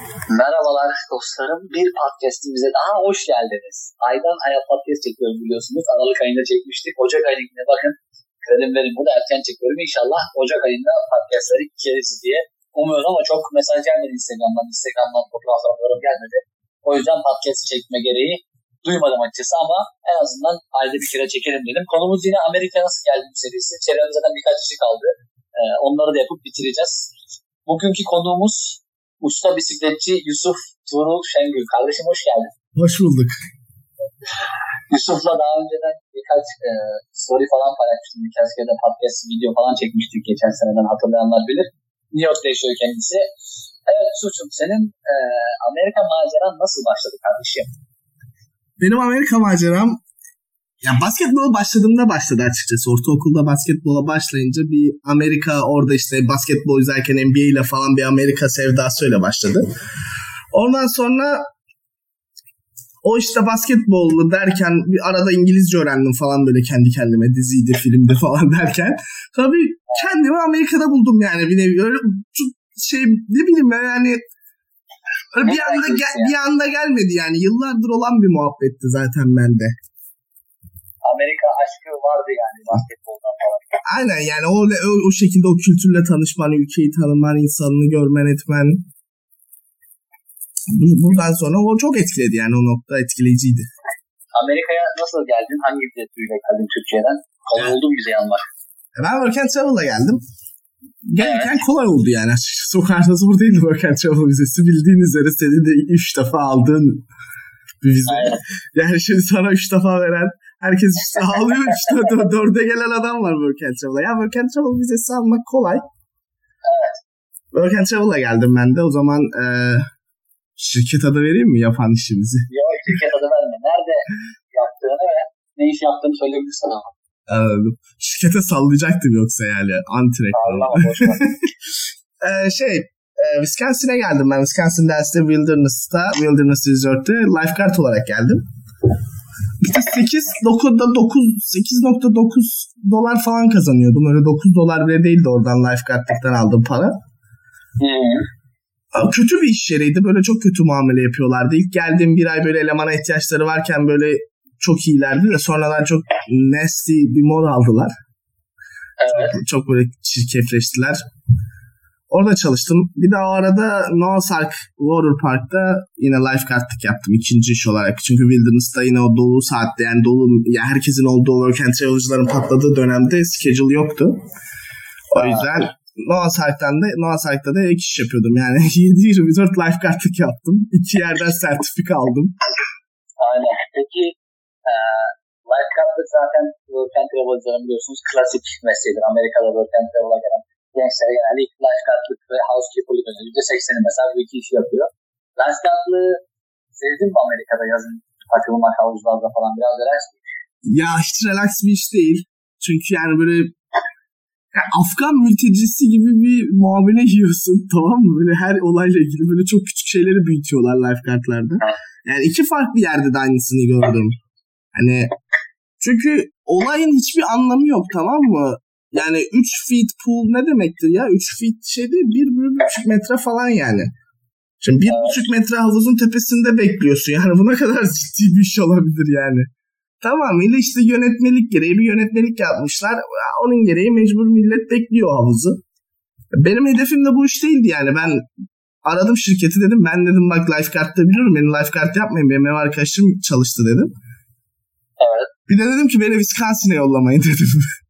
Merhabalar dostlarım. Bir podcastimize daha hoş geldiniz. Aydan Aya podcast çekiyorum biliyorsunuz. Aralık ayında çekmiştik. Ocak ayında bakın. Kredim verin bunu erken çekiyorum. İnşallah Ocak ayında podcastları içeriz diye umuyorum ama çok mesaj gelmedi Instagram'dan fotoğraflarım gelmedi. O yüzden podcast çekme gereği duymadım açıkçası ama en azından ayda bir kere çekelim dedim. Konumuz yine Amerika nasıl geldim serisi. Çevremde zaten birkaç kişi kaldı. Onları da yapıp bitireceğiz. Bugünkü konuğumuz usta bisikletçi Yusuf Tuğrul Şengül. Kardeşim hoş geldin. Hoş bulduk. Yusuf'la daha önceden birkaç story falan paylaşmıştım. Birkaç kere de podcast video falan çekmiştik geçen seneden, hatırlayanlar bilir. New York'ta yaşıyor kendisi. Evet Yusuf'cum, senin Amerika maceran nasıl başladı kardeşim? Benim Amerika maceram ya basketbola başladığımda başladı açıkçası. Ortaokulda basketbola başlayınca bir Amerika, orada işte basketbol izlerken NBA ile falan bir Amerika sevdasıyla başladı. Ondan sonra o işte basketbolu derken bir arada İngilizce öğrendim falan böyle kendi kendime, diziydi, filmdi falan derken. Tabii kendimi Amerika'da buldum yani bir nevi. Öyle şey ne bileyim ben yani bir anda gelmedi yani. Yıllardır olan bir muhabbetti zaten bende. Amerika aşkı vardı yani basketboldan falan. Aynen yani o şekilde o kültürle tanışman, ülkeyi tanıman, insanını görmen, etmen. Buradan sonra o çok etkiledi yani, o nokta etkileyiciydi. Amerika'ya nasıl geldin? Hangi biletüyle geldin Türkiye'den? Kolay oldu mu bize yanmak? Ben Work and Travel'la geldim. Gelirken kolay oldu yani. O kadar da zor değildi Work and Travel vizesi. Bildiğin üzere senin de 3 defa aldığın bir vize. Aynen. Yani şimdi sana 3 defa veren, herkes işte alıyor, işte 4'e gelen adam var Work and Travel'a. Ya Work and Travel vizesi almak kolay. Evet. Work and Travel'la geldim ben de. O zaman şirket adı vereyim mi yapan işimizi? Yok, şirket adı verme. Nerede yaptığını ve ne iş yaptığını söyleyebilirsin ama. Anladım. Şirkete sallayacaktım yoksa yani. Anti-reklam. Wisconsin'e geldim ben. Wisconsin Dels'te Wilderness Resort'te lifeguard olarak geldim. İşte 8.9 dolar falan kazanıyordum. Öyle 9 dolar bile değildi oradan lifeguardlıktan aldığım para. Kötü bir iş yeriydi. Böyle çok kötü muamele yapıyorlardı. İlk geldiğim bir ay böyle elemana ihtiyaçları varken böyle çok iyilerdi de sonradan çok nasty bir mod aldılar. Evet. Çok böyle çirkefleştiler. Orada çalıştım. Bir de o arada Noah's Ark Water Park'ta yine lifeguardlık yaptım ikinci iş olarak. Çünkü Wilderness'ta yine o dolu saatte yani yani herkesin olduğu work and travel'cıların patladığı dönemde schedule yoktu. O yüzden Noah's Ark'ta da ek iş yapıyordum. Yani 7-24 lifeguardlık yaptım. 2 yerden sertifika aldım. Aynen. Peki lifeguardlık zaten work and travel'cıların biliyorsunuz klasik mesleğidir. Amerika'da work and travel'a gelen gençler genelde ilk lifeguardlık ve housekeeper'lık önce %80'i mesela bu iki işi yapıyor. Lifeguardlığı sevdin mi Amerika'da yazın takılmak havuzlarda falan, biraz relax mi? Ya hiç relax bir iş değil. Çünkü yani böyle Afgan mültecisi gibi bir muamele yiyorsun, tamam mı? Böyle her olayla ilgili böyle çok küçük şeyleri büyütüyorlar lifeguardlarda. Yani 2 farklı yerde de aynısını gördüm. Hani çünkü olayın hiçbir anlamı yok, tamam mı? Yani 3 feet pool ne demektir ya? 3 feet şey değil, 1,5 metre falan yani. Şimdi 1,5 metre havuzun tepesinde bekliyorsun. Yani bu ne kadar ciddi bir iş olabilir yani. Tamamıyla işte yönetmelik gereği bir yönetmelik yapmışlar. Onun gereği mecbur millet bekliyor havuzu. Benim hedefim de bu iş değildi yani. Ben aradım şirketi, dedim ben dedim bak lifeguard'da biliyorum, beni lifeguard yapmayın, benim ev arkadaşım çalıştı dedim. Evet. Bir de dedim ki beni Wisconsin'e yollamayın dedim.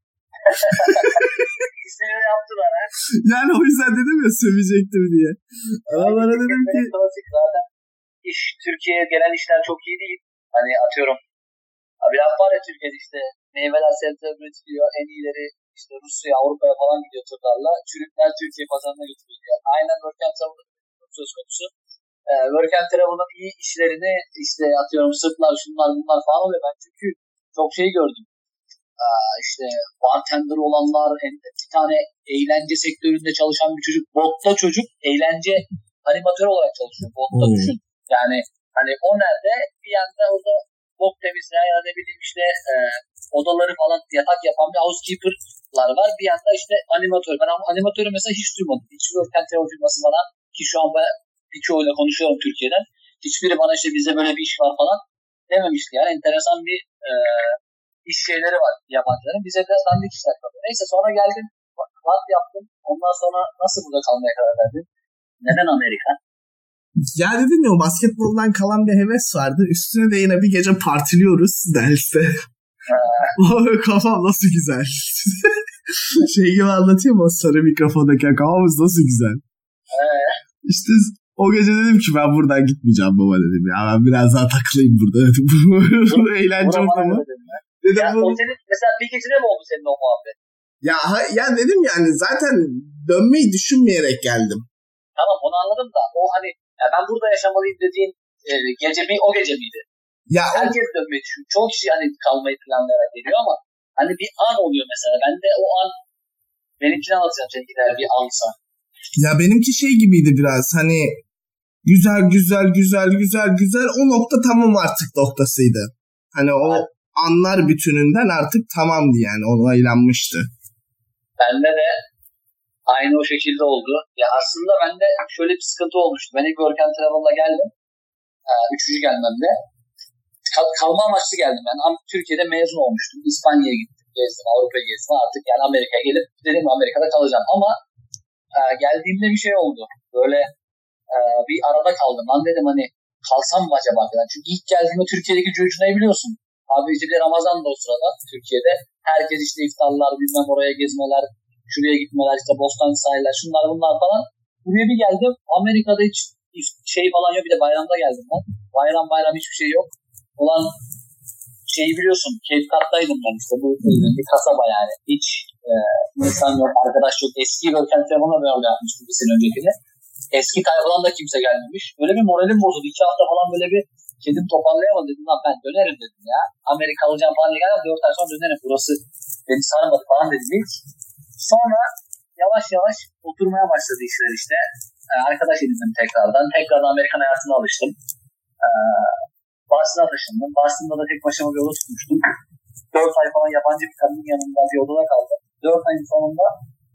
İkisini de yaptılar ha. Yani o yüzden dedim ya sövecektim diye. Adamlara dedim ki zaten iş Türkiye'ye gelen işler çok iyi değil. Hani atıyorum bir laf var ya Türkiye'de, işte meyveler sebze üretiliyor, en iyileri işte Rusya'ya, Avrupa'ya falan gidiyor tırlarla. Çürükler Türkiye pazarına götürülüyor. Aynen Work and Travel'ın söz konusu. Work and Travel'ın iyi işlerini işte atıyorum Sırplar, şunlar bunlar falan oluyor. Ben çünkü çok şey gördüm. İşte bartender olanlar, bir tane eğlence sektöründe çalışan bir çocuk, botta çocuk eğlence animatör olarak çalışıyor. Botta düşün. Yani hani o nerede bir yanda orada bok temizleyen ya da ne bileyim işte odaları falan yatak yapan bir housekeeper'lar var. Bir yanda işte animatör. Ben animatörü mesela hiç duymadım. Hiç work and travel firması bana, ki şu an birçoğuyla konuşuyorum Türkiye'den. Hiçbiri bana işte bizde böyle bir iş var falan dememişti. Yani enteresan bir iş şeyleri var yabancıların. Bize de dandik işler kalıyor. Neyse sonra geldim. Vat yaptım. Ondan sonra nasıl burada kalmaya karar verdim? Neden Amerika? Ya dedim ya, o basketboldan kalan bir heves vardı. Üstüne de yine bir gece partiliyoruz derste. Kafam nasıl güzel. Şey gibi anlatayım o sarı mikrofondaki kafamız nasıl güzel. İşte o gece dedim ki ben buradan gitmeyeceğim baba dedim ya. Ben biraz daha takılayım burada dedim. Bu eğlence ortamı. Dedim ya, bu... mesela bir gecede mi oldu senin o muhabbet? Ya dedim yani zaten dönmeyi düşünmeyerek geldim. Tamam onu anladım da o hani ya ben burada yaşamalıyım dediğin gece o gece miydi? Ya herkes dönmeyi düşünüyor. Çoğu kişi hani kalmayı planlayarak geliyor ama hani bir an oluyor mesela. Ben de o an benimkini anlatacağım seninkiler bir ansa. Ya benimki şey gibiydi biraz hani güzel o nokta tamam artık noktasıydı. Hani o anlar bütününden artık tamamdı yani onaylanmıştı. Bende de aynı o şekilde oldu. Ya aslında bende şöyle bir sıkıntı olmuştu. Ben ilk Work and Travel'la geldim. Üçüncü gelmemde. Kalma amaçlı geldim. Ben Türkiye'de mezun olmuştum. İspanya'ya gittim. Gezdim. Avrupa'ya gezdim. Artık yani Amerika'ya gelip dedim Amerika'da kalacağım. Ama geldiğimde bir şey oldu. Böyle bir arada kaldım. Lan dedim hani kalsam mı acaba falan. Çünkü ilk geldiğimde Türkiye'deki coşunayı biliyorsun. Abi işte bir Ramazan da o sırada Türkiye'de. Herkes işte iftarlar, bilmem oraya gezmeler, şuraya gitmeler, işte Bostancı sahiller, şunlar bunlar falan. Buraya bir geldim. Amerika'da hiç şey falan yok. Bir de bayramda geldim ben. Bayram hiçbir şey yok. Ulan şeyi biliyorsun. Cape Cod'daydım ben işte. Bu bir kasaba yani. Hiç insan yok, arkadaş yok. Eski Work and Travel'la böyle yapmıştım bir sene öncekine. Eski tayfadan da kimse gelmemiş. Böyle bir moralim bozuldu. 2 hafta falan böyle bir kedim toparlayamadım. Dedim lan ben dönerim dedim ya. Amerika alacağım falan diye geldim. 4 ay sonra dönerim. Burası beni sarmadı falan dedim ilk. Sonra yavaş yavaş oturmaya başladı işler işte. Arkadaş edindim tekrardan. Tekrardan Amerikan hayatına alıştım. Boston'a taşındım. Boston'da da tek başıma bir oda tutmuştum. 4 ay falan yabancı bir kadının yanında bir odada kaldım. 4 ayın sonunda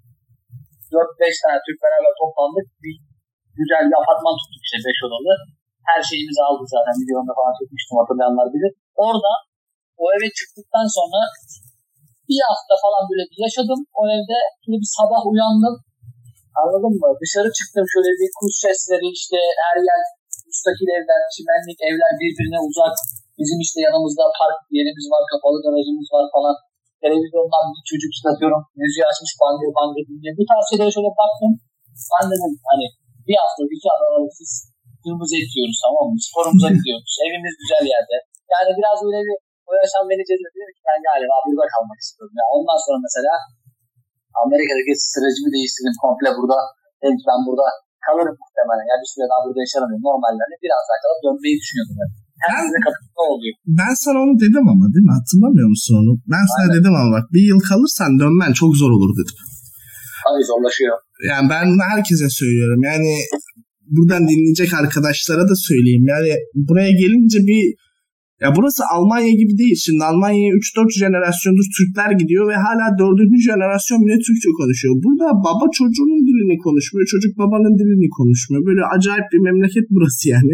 4-5 tane Türk beraber toplandık. Bir güzel bir apartman tuttuk işte 5 odalı. Her şeyimizi aldık zaten. Videomda falan çekmiştim, hatırlayanlar bilir. Orada o eve çıktıktan sonra bir hafta falan böyle yaşadım o evde. Şimdi bir sabah uyandım. Anladın mı? Dışarı çıktım, şöyle bir kuş sesleri, işte her yer müstakil evler, çimenlik evler birbirine uzak. Bizim işte yanımızda park yerimiz var, kapalı garajımız var falan. Televizyondan bir çocuk çıkartıyorum. Müziği açmış, bandı dinliyor. Bu tarz şeylere şöyle baktım. Anladım hani bir hafta aralıksız kırmızı et yiyoruz, tamam mı? Sporumuza gidiyoruz. Evimiz güzel yerde. Yani biraz öyle bir o yaşam beni cezbediyor. Dedim ki ben galiba burada kalmak istiyorum. Yani ondan sonra mesela Amerika'daki stratejimi değiştirdim komple burada. Dedim ki ben burada kalırım muhtemelen. Yani bir süre daha burada yaşarım. Normalde biraz daha kalıp dönmeyi düşünüyordum. Herkese kapıda oluyor. Ben sana onu dedim ama değil mi? Hatırlamıyor musun onu? Ben sana dedim ama bak bir yıl kalırsan dönmen çok zor olur dedim. Tabii zorlaşıyor. Yani ben bunu herkese söylüyorum. Yani buradan dinleyecek arkadaşlara da söyleyeyim. Yani buraya gelince ya burası Almanya gibi değil. Şimdi Almanya'ya 3-4 jenerasyondur Türkler gidiyor ve hala 4. jenerasyon bile Türkçe konuşuyor. Burada baba çocuğunun dilini konuşmuyor. Çocuk babanın dilini konuşmuyor. Böyle acayip bir memleket burası yani.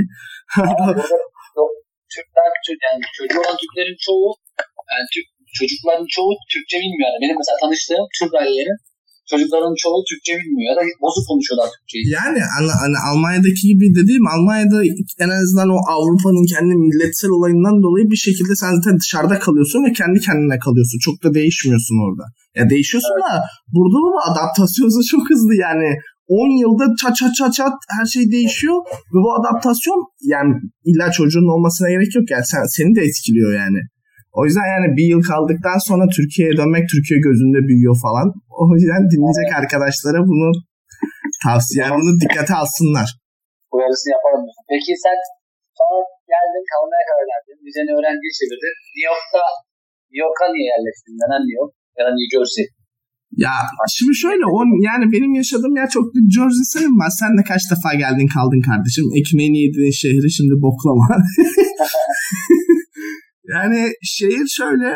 Türkler, yani çocuğu olan Türklerin çoğu, yani çocukların çoğu Türkçe bilmiyor. Yani benim mesela tanıştığım Türk ailelerin çocukların çoğu Türkçe bilmiyor ya da bozuk konuşuyorlar Türkçeyi. Yani hani Almanya'daki gibi dediğim, Almanya'da en azından o Avrupa'nın kendi milletsel olayından dolayı bir şekilde sen zaten dışarıda kalıyorsun ve kendi kendine kalıyorsun. Çok da değişmiyorsun orada. Ya değişiyorsun evet. Da burada da adaptasyonu çok hızlı yani. 10 yılda çat her şey değişiyor ve bu adaptasyon yani illa çocuğun olmasına gerek yok yani seni de etkiliyor yani. O yüzden yani bir yıl kaldıktan sonra Türkiye'ye dönmek Türkiye gözünde büyüyor falan. O yüzden dinleyecek arkadaşlara bunu bunu dikkate alsınlar. Uyarısını yapalım. Peki sen sonra geldin, kalmaya karar verdin. Bizeni öğrenciye çevirdin. New York'a niye yerleştin? Neden New York? Ya da New Jersey? Ya şimdi şöyle yani benim yaşadığım yer çok New Jersey sayılmaz. Sen de kaç defa geldin kaldın kardeşim. Ekmeğini yediğin şehri şimdi boklama. Yani şehir şöyle,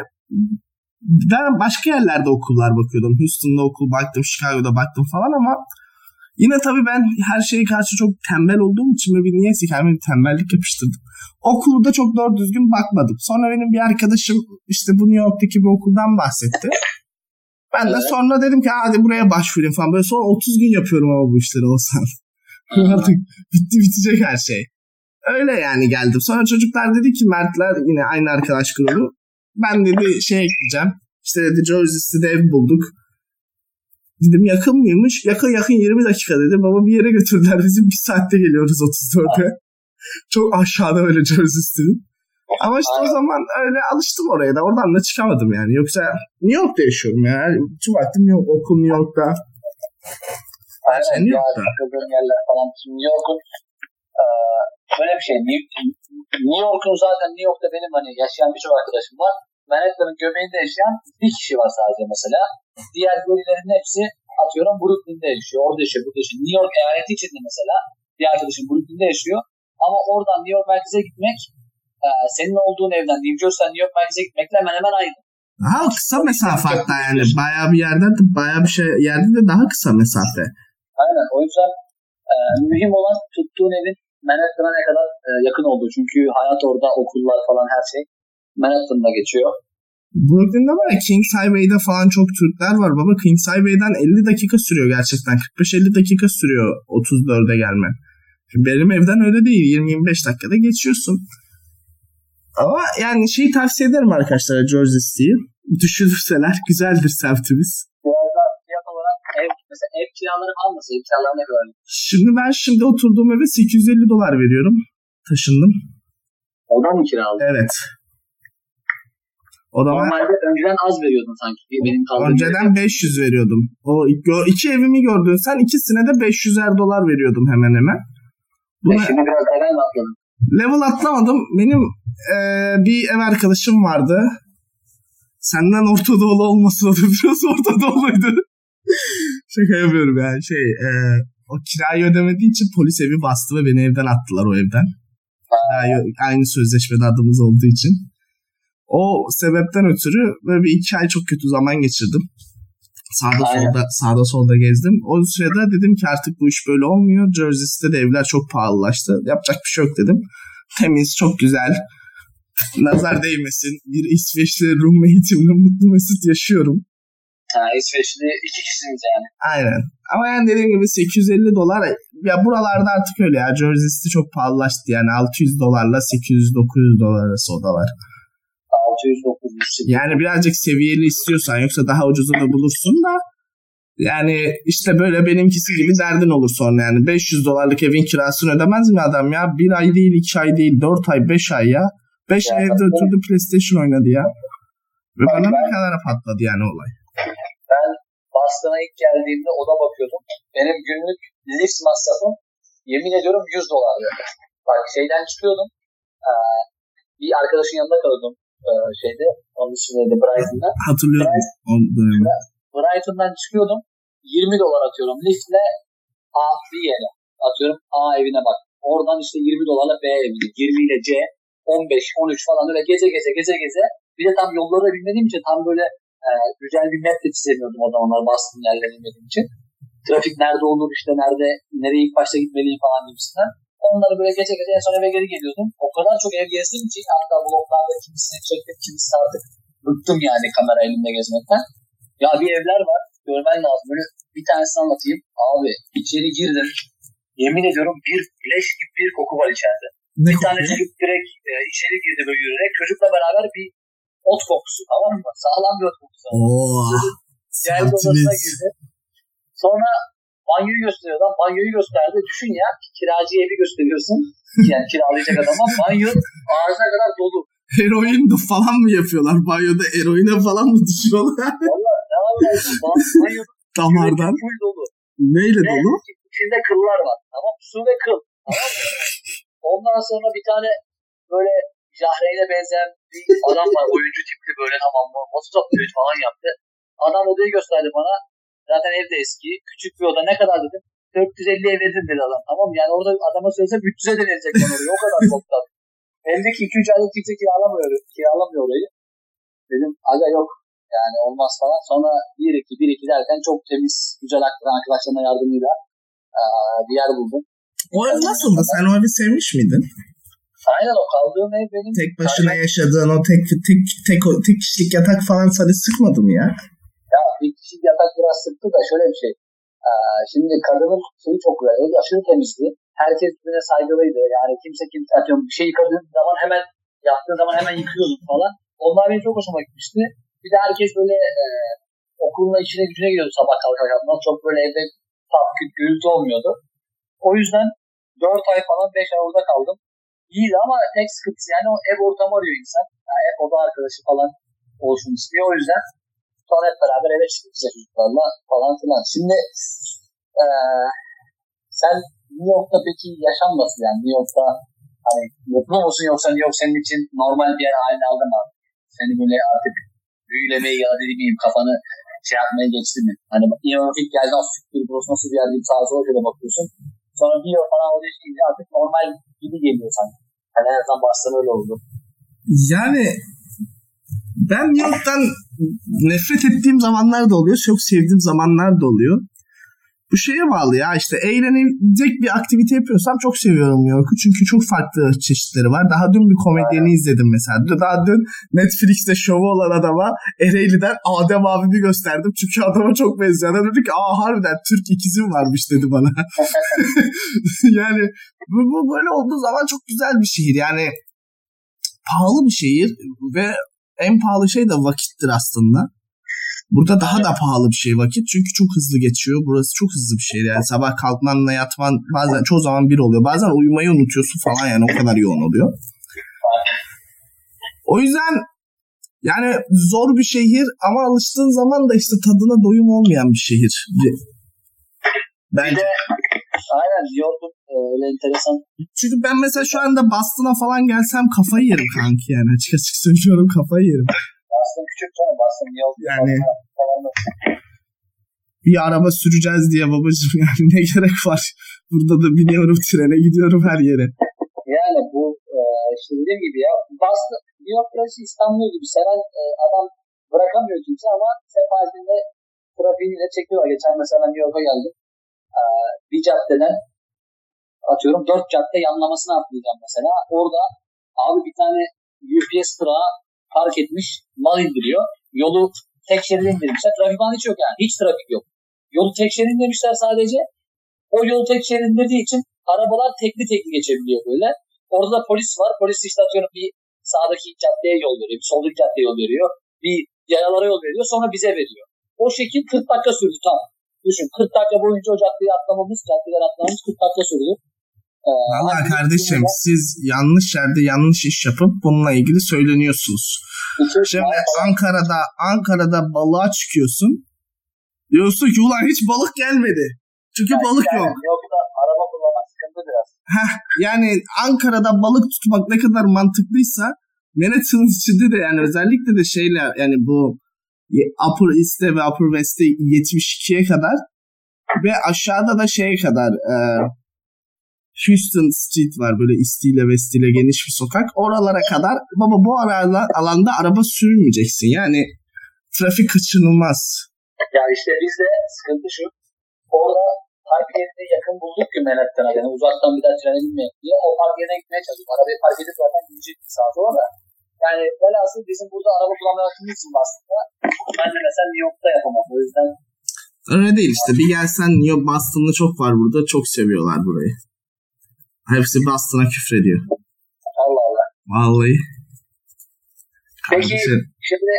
ben başka yerlerde okullar bakıyordum. Houston'da okul baktım, Chicago'da baktım falan ama Yine tabii ben her şeye karşı çok tembel olduğum için ve bir niyeyse kendime bir tembellik yapıştırdım. Okulda çok doğru düzgün bakmadım. Sonra benim bir arkadaşım işte bu New York'taki bir okuldan bahsetti. Ben de sonra dedim ki hadi buraya başvurayım falan. Böyle sonra 30 gün yapıyorum ama bu işleri olsan. Artık bitecek her şey. Öyle yani geldim. Sonra çocuklar dedi ki Mertler yine aynı arkadaş grubu. Ben dedi şeye gideceğim. İşte dedi Jersey City'de ev bulduk. Dedim yakın mıymış? Yakın 20 dakika dedi. Baba bir yere götürdüler. Bizim bir saatte geliyoruz 34'e. Çok aşağıda öyle Jersey City'nin. Ama işte o zaman öyle alıştım oraya da. Oradan da çıkamadım yani. Yoksa New York'ta yaşıyorum ya. Tüm vaktim okul New York'ta. Her şey New York'ta. Takıldığım yerler falan. Şimdi New York'un şöyle bir şey. New York'un zaten New York'ta benim hani yaşayan birçok arkadaşım var. Manhattan'ın göbeğinde yaşayan bir kişi var sadece mesela. Diğer bölgelerin hepsi atıyorum Brooklyn'de yaşıyor. Orada yaşıyor, burada yaşıyor. New York eyaleti içinde mesela bir arkadaşım Brooklyn'de yaşıyor. Ama oradan New York merkeze gitmek senin olduğun evden New Jersey'den New York merkeze gitmekle hemen hemen aynı. Daha kısa mesafe hatta yani. Bayağı bir yerden de bayağı bir şey yerde de daha kısa mesafe. Aynen. O yüzden mühim olan tuttuğun evin Manhattan'a ne kadar yakın olduğu. Çünkü hayat orada, okullar falan her şey Manhattan'da geçiyor. Brooklyn'de var ya Kings Highway'de falan çok Türkler var baba. Kings Highway'den 50 dakika sürüyor gerçekten. 45-50 dakika sürüyor 34'e gelmen. Şimdi benim evden öyle değil. 20-25 dakikada geçiyorsun. Ama yani şeyi tavsiye ederim arkadaşlara Jersey City'yi. Düşünürseler güzeldir semtimiz. Bu arada fiyat olarak mesela ev kiraları var mı? Ev kiraları ne kadar? Şimdi oturduğum eve $850 veriyorum. Taşındım. Odan mı kiraladın? Evet. O da normalde önceden az veriyordun sanki. Benim önceden 500 veriyordum. O iki evimi gördün sen, ikisine de $500'er veriyordum hemen hemen. Şimdi biraz level mi atladın? Level atlamadım. Benim bir ev arkadaşım vardı. Senden Orta Doğulu olmasın, o da biraz Orta Doğuluydu. Şaka yapıyorum yani. O kirayı ödemediği için polis evi bastı ve beni evden attılar o evden. Aynı sözleşmede adımız olduğu için. O sebepten ötürü böyle bir 2 ay çok kötü zaman geçirdim. Sağda solda gezdim. O sırada dedim ki artık bu iş böyle olmuyor. Jersey City'de evler çok pahalılaştı. Yapacak bir şey yok dedim. Temiz, çok güzel. Nazar değmesin. Bir İsveçli roommate'imle mutlu mesut yaşıyorum. İsveçli 2 kişisiniz yani. Aynen. Ama yani dediğim gibi $850. Ya buralarda artık öyle ya. Jersey City çok pahalılaştı yani. $600'la $800-900 arası odalar. 600-900. Yani birazcık seviyeli istiyorsan, yoksa daha ucuzu da bulursun da yani işte böyle benimkisi gibi derdin olur sonra yani. $500 evin kirasını ödemez mi adam ya? 1 ay değil, 2 ay değil, 4 ay, 5 ay ya. 5 ay evde oturdu PlayStation oynadı ya. Ve bana ne kadar patladı yani olay. Ben Boston'a ilk geldiğimde oda bakıyordum. Benim günlük lift masrafım yemin ediyorum $100. Bak şeyden çıkıyordum. Bir arkadaşın yanında kalıyordum. Onun ismiydi Brighton'da. Hatırlıyorum. Brighton'dan çıkıyordum. $20 atıyorum. Liftle bir yere. Atıyorum A evine bak. Oradan işte $20 B evine. 20 ile C 15-13 falan öyle geze. Bir de tam yolları da bilmediğim için tam böyle güzel bir map de çizemiyordum o zamanlar Boston yerlerini bilmediğim için. Trafik nerede olur işte nereye ilk başta gitmeliyim falan gibisinden. Onları böyle gece en son eve geri geliyordum. O kadar çok ev gezdim ki hatta bloglarda kimisini çektim, kimisini artık bıktım yani kamera elimde gezmekten. Ya bir evler var, görmen lazım. Böyle bir tanesini anlatayım. Abi içeri girdim. Yemin ediyorum bir leş gibi bir koku var içeride. Bir tane çocuk direkt içeri girdi böyle yürüyerek. Çocukla beraber bir ot kokusu, tamam mı? Sağlam bir ot kokusu. Geldi odasına girdi. Sonra banyoyu gösteriyor lan. Banyoyu gösterdi. Düşün ya, kiracı evi gösteriyorsun. Yani kiralayacak adama. Banyo ağzına kadar dolu. Eroin falan mı yapıyorlar? Banyoda eroine falan mı düşüyorlar? Valla ne yapıyorsun? Banyo damardan. Full dolu. Neyle dolu? İçinde kıllar var. Tamam, su ve kıl. Tamam mı? Ondan sonra bir tane böyle Jahreyn'e benzeyen bir adam var. Oyuncu tipli böyle, tamam mı? WhatsApp falan yaptı. Adam odayı gösterdi bana. Zaten ev de eski. Küçük bir oda. Ne kadar dedim? 450'ye veririm dedi adam. Tamam, yani orada adama söylese 300'e de verecek ben orayı. O kadar toplam. Evdeki 2-3 aylık kimse kiralamıyor orayı. Dedim aga yok. Yani olmaz falan. Sonra 1-2 derken çok temiz, güzel aktıran arkadaşlarına yardımıyla bir yer buldum. O ev nasıldı? Sen o evi sevmiş miydin? Aynen, o kaldığım ev benim. Tek başına yaşadığın o tek kişilik yatak falan seni sıkmadı mı ya? Ya bir kişilik yatak biraz sıktı da şöyle bir şey. Şimdi kadının şeyi çok güzel. Ev aşırı temizdi. Herkes birbirine saygılıydı. Yani kimse atıyorum bir şey yıkadığın zaman hemen yaptığın zaman hemen yıkıyordun falan. Onlar benim çok hoşuma gitmişti. Bir de herkes böyle okuluna içine gücüne gidiyordu sabah kalkarken. Çok böyle evde gürültü olmuyordu. O yüzden 4 ay falan 5 ay orada kaldım. İyiydi ama tek sıkıntısı yani o ev ortamı arıyor insan. Yani ev oda arkadaşı falan olsun istiyor. O yüzden sonra hep beraber eve çıktık çocuklarla falan filan. Şimdi sen New York'ta peki yaşam nasıl yani? New York'ta hani mutlu musun yoksa New York senin için normal bir yer haline aldı mı? Seni böyle artık büyülemeyi ya da dediğim kafanı yapmaya geçti mi? Hani New York ilk geldiğinde süper burası nasıl bir yer deyip sağa sola şöyle bakıyorsun. Sonra bir yıl falan oraya çıkınca artık normal gibi geliyor sanki. Yani en azından baştan öyle oldu. Yani ben New York'tan nefret ettiğim zamanlar da oluyor. Çok sevdiğim zamanlar da oluyor. Bu şeye bağlı ya, işte eğlenecek bir aktivite yapıyorsam çok seviyorum New York'u. Çünkü çok farklı çeşitleri var. Daha dün bir komedyeni izledim mesela. Daha dün Netflix'te şovu olan adama Ereğli'den Adem abimi gösterdim. Çünkü adama çok benziyor. Adam dedi ki harbiden Türk ikizim varmış dedi bana. Yani bu böyle olduğu zaman çok güzel bir şehir. Yani pahalı bir şehir ve en pahalı şey de vakittir aslında. Burada daha da pahalı bir şey vakit. Çünkü çok hızlı geçiyor. Burası çok hızlı bir şehir. Yani sabah kalkmanla yatman bazen çoğu zaman bir oluyor. Bazen uyumayı unutuyorsun falan, yani o kadar yoğun oluyor. O yüzden yani zor bir şehir ama alıştığın zaman da işte tadına doyum olmayan bir şehir. Bence. Bir de aynen diyordum öyle enteresan. Çünkü ben mesela şu anda Boston'a falan gelsem kafayı yerim kanki yani. Açık açık söylüyorum, kafayı yerim. Boston küçük canım, Boston yok. Yani bir araba süreceğiz diye babacığım, yani ne gerek var? Burada da biniyorum trene, gidiyorum her yere. Yani bu işte dediğim gibi ya, Boston, New York biraz İstanbul gibi seven adam bırakamıyor kimse ama seferinde trafiğiyle çekiyorlar. Geçen mesela New York'a geldim. Bir caddeden atıyorum 4 cadde yanlamasına atlayacağım mesela. Orada abi bir tane UPS tırağı park etmiş, mal indiriyor. Yolu tek şeride indirmişler. Trafik falan hiç yok yani. Hiç trafik yok. Yolu tek şeride indirmişler sadece. O yolu tek şeride indirdiği için arabalar tekli geçebiliyor böyle. Orada da polis var. Polis işte atıyorum bir sağdaki caddeye yol veriyor. Bir soldaki caddeye yol veriyor. Bir yayalara yol veriyor. Sonra bize veriyor. O şekil 40 dakika sürdü tam. Düşün 40 dakika boyunca o caddeyi atlamamız 40 dakika sürdü. Valla kardeşim siz yanlış yerde yanlış iş yapıp bununla ilgili söyleniyorsunuz. Şimdi Ankara'da balığa çıkıyorsun. Diyorsun ki ulan hiç balık gelmedi. Çünkü yani balık yok. Yoksa araba kullanmak sıkıntı biraz. Yani Ankara'da balık tutmak ne kadar mantıklıysa Manhattan'ın içinde de yani özellikle de şeyler yani bu Upper East'te ve Upper West'te 72'ye kadar ve aşağıda da şeye kadar Houston Street var, böyle East ile West ile geniş bir sokak. Oralara kadar baba bu alanda araba sürmeyeceksin. Yani trafik kaçınılmaz. Ya işte bizde sıkıntı şu. Orada park yerine yakın bulduk ki Manhattan'a, yani uzaktan bir daha trene binmeyek diye. O park yerine gitmeye çalıştık. Arabayı park edip zaten gidecek bir saat sonra. Yani velhasıl bizim burada araba kullanmaya hakkımız için aslında. Ben de mesela New York'ta yapamam. O yüzden öyle değil işte. Bir gelsen New York, Boston'da çok var burada. Çok seviyorlar burayı. Hepsi Boston'a küfrediyor. Allah Allah. Vallahi. Peki şimdi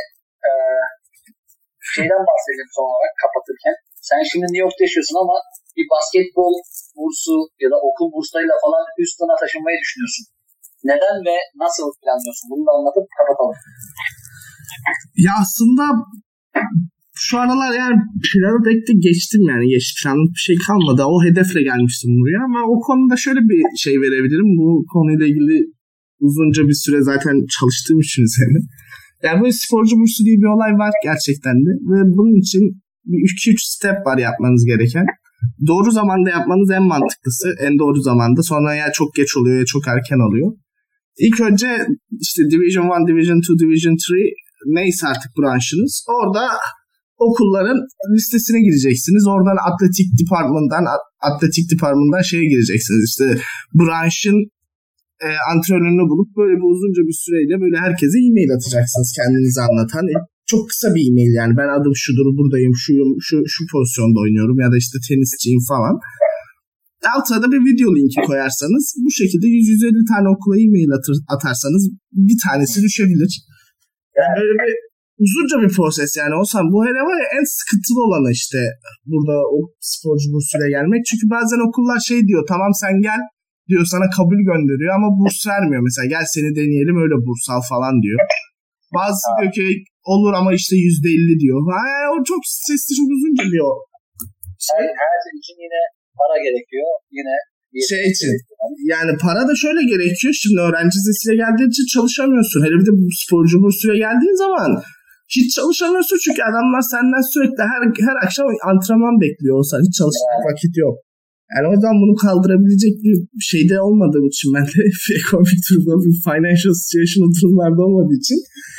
şeyden bahsedelim son olarak kapatırken. Sen şimdi New York'ta yaşıyorsun ama bir basketbol bursu ya da okul burslarıyla falan Houston'a taşınmayı düşünüyorsun. Neden ve nasıl planlıyorsun? Bunu da anlatıp kapatalım. Ya aslında şu aralar yani planı pek de geçtim yani. Planlık bir şey kalmadı. O hedefle gelmiştim buraya ama o konuda şöyle bir şey verebilirim. Bu konuyla ilgili uzunca bir süre zaten çalıştığım için üzerine. Yani böyle sporcu bursu diye bir olay var gerçekten de. Ve bunun için 2-3 step var yapmanız gereken. Doğru zamanda yapmanız en mantıklısı. En doğru zamanda. Sonra ya çok geç oluyor ya çok erken oluyor. İlk önce işte Division 1, Division 2, Division 3 neyse artık branşınız. Orada okulların listesine gireceksiniz. Oradan atletik departmandan şeye gireceksiniz. İşte branşın antrenörünü bulup böyle bir uzunca bir süreyle böyle herkese e-mail atacaksınız kendinizi anlatan. Çok kısa bir e-mail yani. Ben adım şudur, buradayım, şuyum, şu pozisyonda oynuyorum ya da işte tenisçiyim falan. Altına da bir video linki koyarsanız bu şekilde 100-150 tane okula e-mail atarsanız bir tanesi düşebilir. Yani böyle bir uzunca bir proses yani. Olsam bu hele var ya en sıkıntılı olanı işte burada o sporcu bursuyla gelmek. Çünkü bazen okullar şey diyor, tamam sen gel diyor, sana kabul gönderiyor ama burs vermiyor. Mesela gel seni deneyelim öyle burs al falan diyor. Bazısı diyor ki olur ama işte %50 diyor. Yani o çok stresli, çok uzunca bir o. Her şey için yine para gerekiyor. Yine şey için yani para da şöyle gerekiyor. Şimdi öğrenci vizesiyle geldiğin için çalışamıyorsun. Hele bir de sporcu bursuyla geldiğin zaman hiç çalışamıyorsun çünkü adamlar senden sürekli her akşam antrenman bekliyor. Olsa hiç çalışacak vakit yok. Yani o yüzden bunu kaldırabilecek bir şeyde olmadığım için ben de ekonomik durumda bir financial situational durumlarda olmadığı için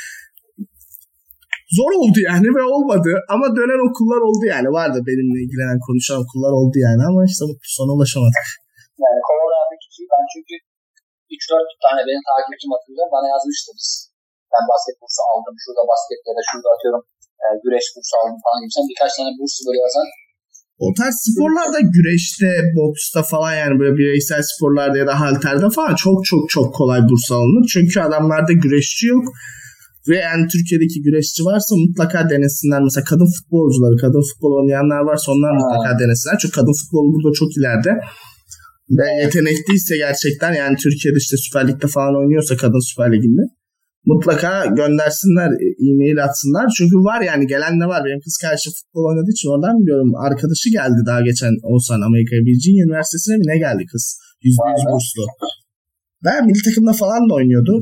zor oldu yani ve olmadı. Ama dönen okullar oldu yani. Vardı benimle ilgilenen, konuşan okullar oldu yani. Ama işte bu sona ulaşamadık. Yani Kovalı abi kişi ben çünkü 3-4 tane benim takipçim hatırlıyorum. Bana yazmıştı biz. Ben basket bursu aldım. Şurada basket ya da şurada atıyorum güreş bursu aldım falan gibi. Birkaç tane bursu böyle yazan. O tarz sporlarda güreşte, boksta falan yani böyle bireysel sporlarda ya da halterde falan çok kolay burs alınır. Çünkü adamlarda güreşçi yok. Ve yani Türkiye'deki güreşçi varsa mutlaka denesinler. Mesela kadın futbolcuları, kadın futbol oynayanlar varsa onlar mutlaka denesinler. Çünkü kadın futbolu burada çok ileride. Ve yetenekliyse gerçekten yani Türkiye'de işte Süper Lig'de falan oynuyorsa kadın Süper Lig'inde mutlaka göndersinler, e-mail atsınlar. Çünkü var yani gelen de var. Benim kız kardeşim futbol oynadığı için oradan biliyorum. Arkadaşı geldi daha geçen Oğuzhan Amerika'ya Virginia Üniversitesi'ne mi ne geldi kız? %100 burslu. Ve milli takımda falan da oynuyordu.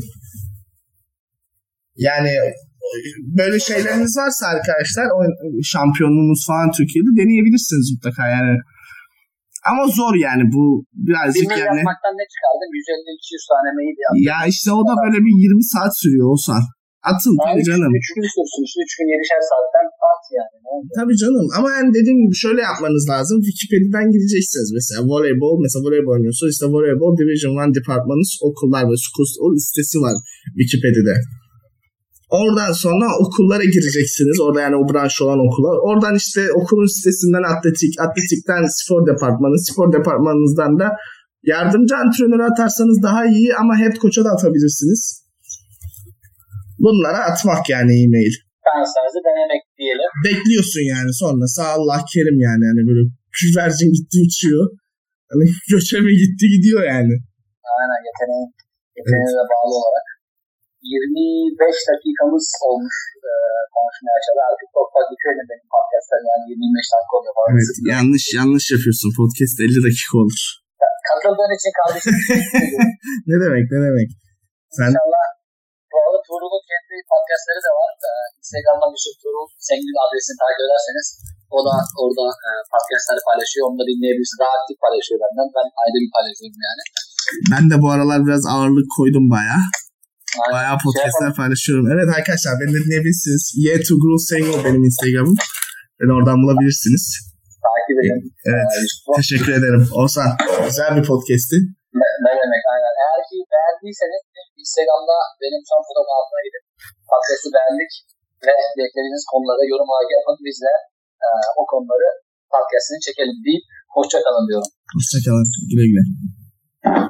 Yani böyle şeyleriniz varsa arkadaşlar, o şampiyonluğunuz falan Türkiye'de deneyebilirsiniz mutlaka yani. Ama zor yani bu birazcık yani. Yapmaktan ne çıkardım? 150-200 tane mail yaptım. Ya işte o da böyle bir 20 saat sürüyor Oğuzhan. Atın tabii canım. 3 gün sürsün işte 3 gün 7'şer saatten at yani. Tabii canım ama yani dediğim gibi şöyle yapmanız lazım. Wikipedia'dan gideceksiniz mesela voleybol oynuyorsa işte voleybol Division 1 departmanı okullar ve schools o listesi var Wikipedia'da. Oradan sonra okullara gireceksiniz. Orada yani o branş olan okullar. Oradan işte okulun sitesinden atletikten spor departmanınızdan da yardımcı antrenörü atarsanız daha iyi ama head coach'a da atabilirsiniz. Bunlara atmak yani e-mail. Şansınızı denemek diyelim. Bekliyorsun yani sonrası Allah kerim yani. Hani böyle güvercin gitti uçuyor. Hani göçe mi gitti gidiyor yani. Aynen yeteneğine de bağlı olarak. 25 dakikamız olmuş konuşmaya açalım. Artık çok fazla bitirelim benim podcast'lar yani 25 dakika oluyor falan. Evet yanlış yapıyorsun. Podcast 50 dakika olur. Katıldığın için kardeşim. Ne demek. Sen... İnşallah bu arada Tuğrul'un kendi podcastları da var. Instagram'dan Yusuf Tuğrul Sengül adresini takip ederseniz o da orada podcastları paylaşıyor. Onu da dinleyebilirsiniz. Daha aktif paylaşıyor benden. Ben ayda bir paylaşıyorum yani. Ben de bu aralar biraz ağırlık koydum bayağı. Bayağı podcastlar paylaşıyorum. Evet arkadaşlar beni de dinleyebilirsiniz. Tuğrul benim Instagram'ım. Beni oradan bulabilirsiniz. Takip edin. Evet. Teşekkür ederim. Oğuzhan güzel bir podcast'ti. Ne demek aynen. Eğer ki beğendiyseniz Instagram'da benim son fotoğrafım altına gidip podcast'ı beğendik ve beklediğiniz konulara yorum yapın. Biz de o konuları podcast'ini çekelim deyip hoşçakalın diyorum. Hoşçakalın. Güle güle.